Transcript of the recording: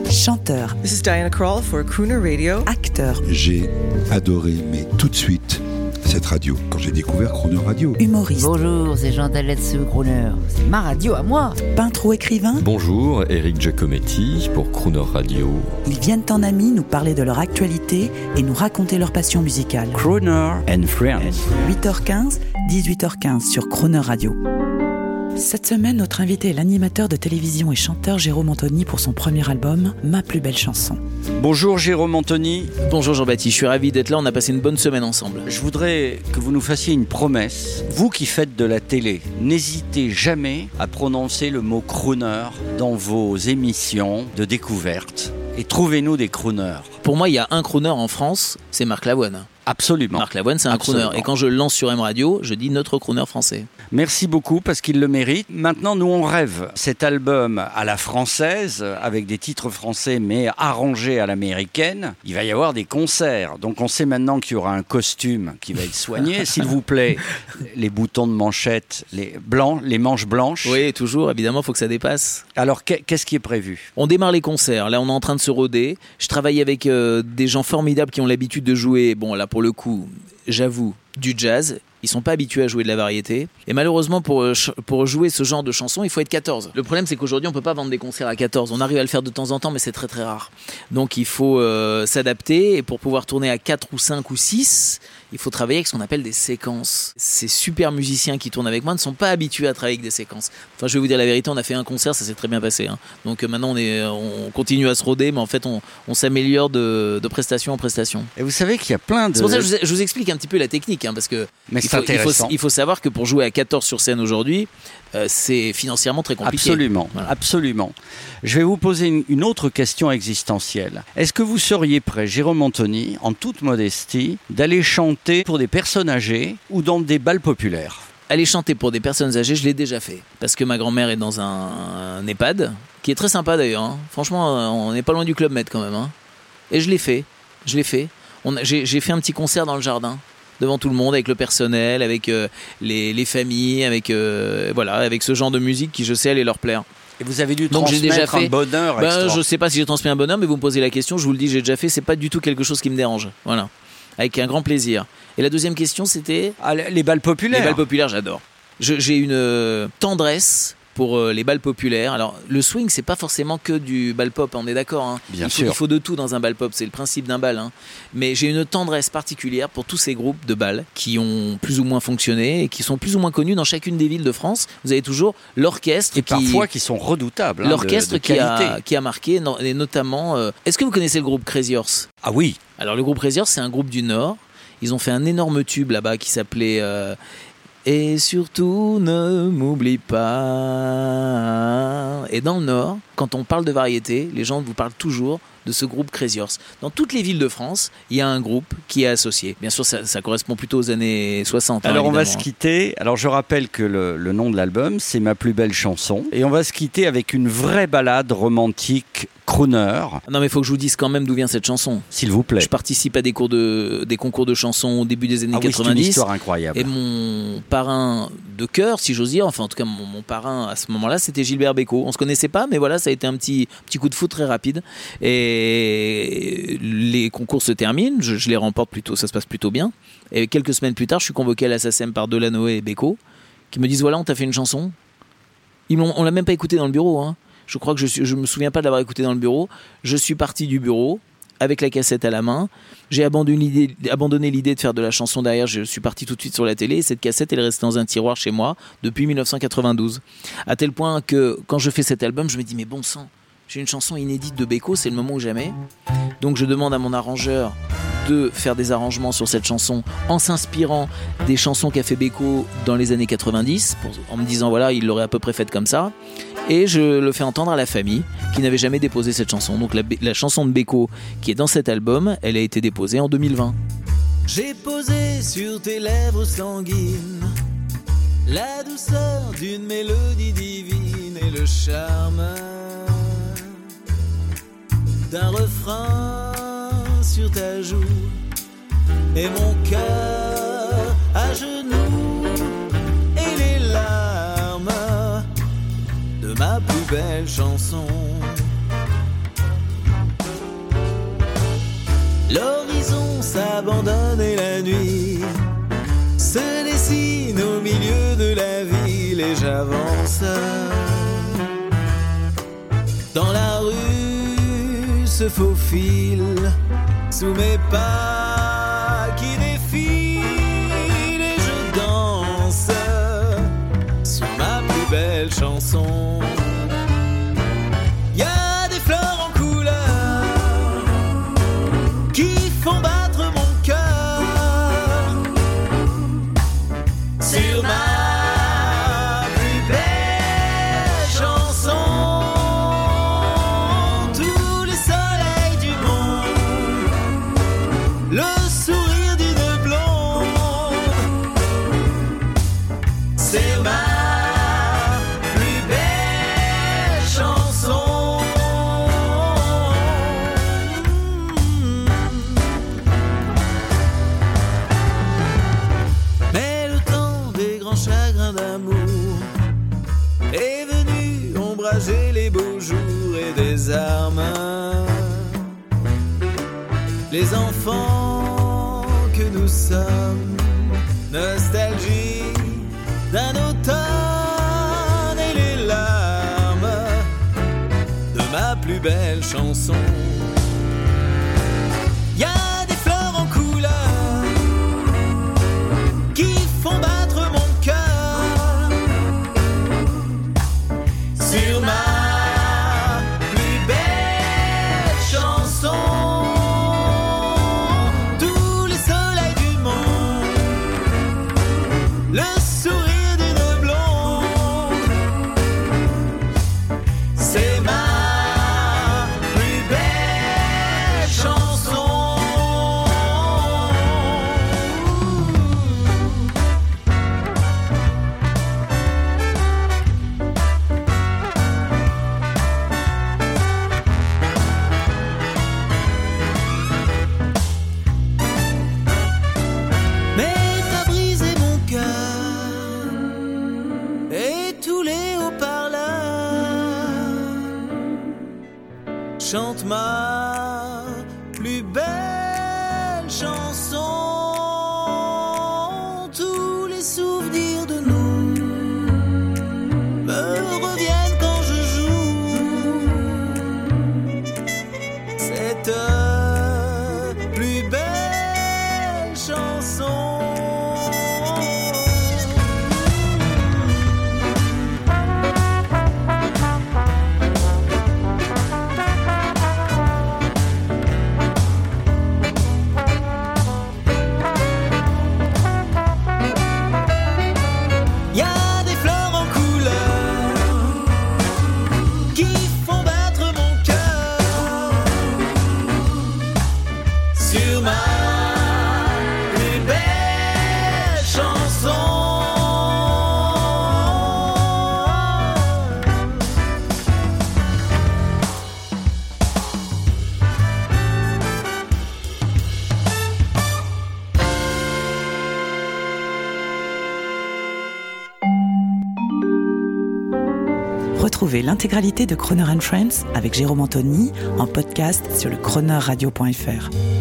Chanteur. This is Diana Krall for Crooner Radio. Acteur. J'ai adoré, mais tout de suite, cette radio, quand j'ai découvert Crooner Radio. Humoriste. Bonjour, c'est Jean Daletsu, Crooner. C'est ma radio à moi. Peintre ou écrivain. Bonjour, Eric Giacometti pour Crooner Radio. Ils viennent en amis nous parler de leur actualité et nous raconter leur passion musicale. Crooner and Friends. 8h15, 18h15 sur Crooner Radio. Cette semaine, notre invité est l'animateur de télévision et chanteur Jérôme Anthony pour son premier album, Ma plus belle chanson. Bonjour Jérôme Anthony. Bonjour Jean-Baptiste, je suis ravi d'être là, on a passé une bonne semaine ensemble. Je voudrais que vous nous fassiez une promesse. Vous qui faites de la télé, n'hésitez jamais à prononcer le mot crooner dans vos émissions de découverte. Et trouvez-nous des crooners. Pour moi, il y a un crooner en France, c'est Marc Lavoine. Absolument. Marc Lavoine, c'est un crooner. Et quand je le lance sur M Radio, je dis notre crooner français. Merci beaucoup parce qu'il le mérite. Maintenant, nous, on rêve. Cet album à la française, avec des titres français mais arrangés à l'américaine, il va y avoir des concerts. Donc, on sait maintenant qu'il y aura un costume qui va être soigné. S'il vous plaît, les boutons de manchette, les manches blanches. Oui, toujours, évidemment, il faut que ça dépasse. Alors, qu'est-ce qui est prévu ? On démarre les concerts. Là, on est en train de se roder. Je travaille avec des gens formidables qui ont l'habitude de jouer. Bon, là, pour le coup, j'avoue, du jazz. Ils sont pas habitués à jouer de la variété. Et malheureusement, pour jouer ce genre de chansons, il faut être 14. Le problème, c'est qu'aujourd'hui, on peut pas vendre des concerts à 14. On arrive à le faire de temps en temps, mais c'est très très rare. Donc, il faut s'adapter. Et pour pouvoir tourner à 4 ou 5 ou 6, il faut travailler avec ce qu'on appelle des séquences. Ces super musiciens qui tournent avec moi ne sont pas habitués à travailler avec des séquences. Enfin, je vais vous dire la vérité, on a fait un concert, ça s'est très bien passé. Donc maintenant, on continue à se roder, mais en fait, on s'améliore de prestation en prestation. Et vous savez qu'il y a plein de... C'est pour ça que je vous explique un petit peu la technique, parce que il faut savoir que pour jouer à 14 sur scène aujourd'hui, c'est financièrement très compliqué. Absolument, voilà. Absolument. Je vais vous poser une autre question existentielle. Est-ce que vous seriez prêt, Jérôme Anthony, en toute modestie, d'aller chanter pour des personnes âgées ou dans des bals populaires ? Aller chanter pour des personnes âgées, je l'ai déjà fait. Parce que ma grand-mère est dans un EHPAD, qui est très sympa d'ailleurs. Franchement, on n'est pas loin du Club Med quand même. Et je l'ai fait. J'ai fait un petit concert dans le jardin, devant tout le monde, avec le personnel, avec les familles, avec ce genre de musique qui, je sais, allait leur plaire. Et vous avez dû transmettre un bonheur extra. Je ne sais pas si j'ai transmis un bonheur, mais vous me posez la question, je vous le dis, j'ai déjà fait, c'est pas du tout quelque chose qui me dérange. Voilà. Avec un grand plaisir. Et la deuxième question, c'était... les bals populaires. Les bals populaires, j'adore. J'ai une tendresse pour les bals populaires. Alors, le swing, c'est pas forcément que du bal pop, on est d'accord. Bien sûr. Il faut de tout dans un bal pop, c'est le principe d'un bal. Mais j'ai une tendresse particulière pour tous ces groupes de bal qui ont plus ou moins fonctionné et qui sont plus ou moins connus dans chacune des villes de France. Vous avez toujours l'orchestre et parfois qui sont redoutables. L'orchestre de qui a marqué, et notamment... Est-ce que vous connaissez le groupe Crazy Horse ? Ah oui. Alors, le groupe Crazy Horse, c'est un groupe du Nord. Ils ont fait un énorme tube là-bas qui s'appelait... Et surtout, ne m'oublie pas. Et dans le Nord, quand on parle de variété, les gens vous parlent toujours de ce groupe Crazy Horse. Dans toutes les villes de France, il y a un groupe qui est associé. Bien sûr, ça correspond plutôt aux années 60. Alors, on va se quitter. Alors, je rappelle que le nom de l'album, c'est Ma plus belle chanson. Et on va se quitter avec une vraie ballade romantique crooner. Non, mais il faut que je vous dise quand même d'où vient cette chanson. S'il vous plaît. Je participe à des concours de chansons au début des années 90. C'est une histoire incroyable. Et mon parrain de cœur, si j'ose dire, enfin en tout cas mon parrain à ce moment-là, c'était Gilbert Bécaud. On se connaissait pas, mais voilà, ça a été un petit coup de foot très rapide. Et les concours se terminent, je les remporte plutôt, ça se passe plutôt bien. Et quelques semaines plus tard, je suis convoqué à la SACEM par Delanoë et Bécaud, qui me disent voilà, on t'a fait une chanson. On l'a même pas écoutée dans le bureau. Je crois que je me souviens pas de l'avoir écouté dans le bureau. Je suis parti du bureau avec la cassette à la main. J'ai abandonné l'idée de faire de la chanson derrière. Je suis parti tout de suite sur la télé. Et cette cassette, elle est restée dans un tiroir chez moi depuis 1992. À tel point que quand je fais cet album, je me dis mais bon sang, j'ai une chanson inédite de Bécaud, c'est le moment ou jamais. Donc je demande à mon arrangeur de faire des arrangements sur cette chanson en s'inspirant des chansons qu'a fait Bécaud dans les années 90, en me disant voilà, il l'aurait à peu près faite comme ça. Et je le fais entendre à la famille qui n'avait jamais déposé cette chanson. Donc la chanson de Bécaud qui est dans cet album, elle a été déposée en 2020. J'ai posé sur tes lèvres sanguines la douceur d'une mélodie divine et le charme d'un refrain sur ta joue et mon cœur à genoux et les larmes de ma plus belle chanson. L'horizon s'abandonne et la nuit se dessine au milieu de la ville et j'avance. Dans la rue se faufile sous mes pas qui défilent et je danse sur ma plus belle chanson. Y a des fleurs en couleur qui font battre mon cœur sur ma plus belle chanson. Tous les soleils du monde, le sourire d'une blonde sur ma plus belle chanson. Mais le temps des grands chagrins d'amour est venu ombrager les beaux jours et des armes. Les enfants que nous sommes, nostalgie d'un automne et les larmes de ma plus belle chanson. Y a des fleurs en couleur qui font battre mon cœur sur ma plus belle chanson. Tous les soleils du monde, le sourire d'une blonde, c'est ma plus belle chanson. Mais t'as brisé mon cœur et tous les haut-parleurs chantent ma plus belle chanson. Tous les souvenirs de nous me reviennent quand je joue cette plus belle chanson. Y a des fleurs en couleur qui font battre mon cœur sur ma plus belle chanson. Retrouvez l'intégralité de Croner & Friends avec Jérôme Anthony en podcast sur le cronerradio.fr.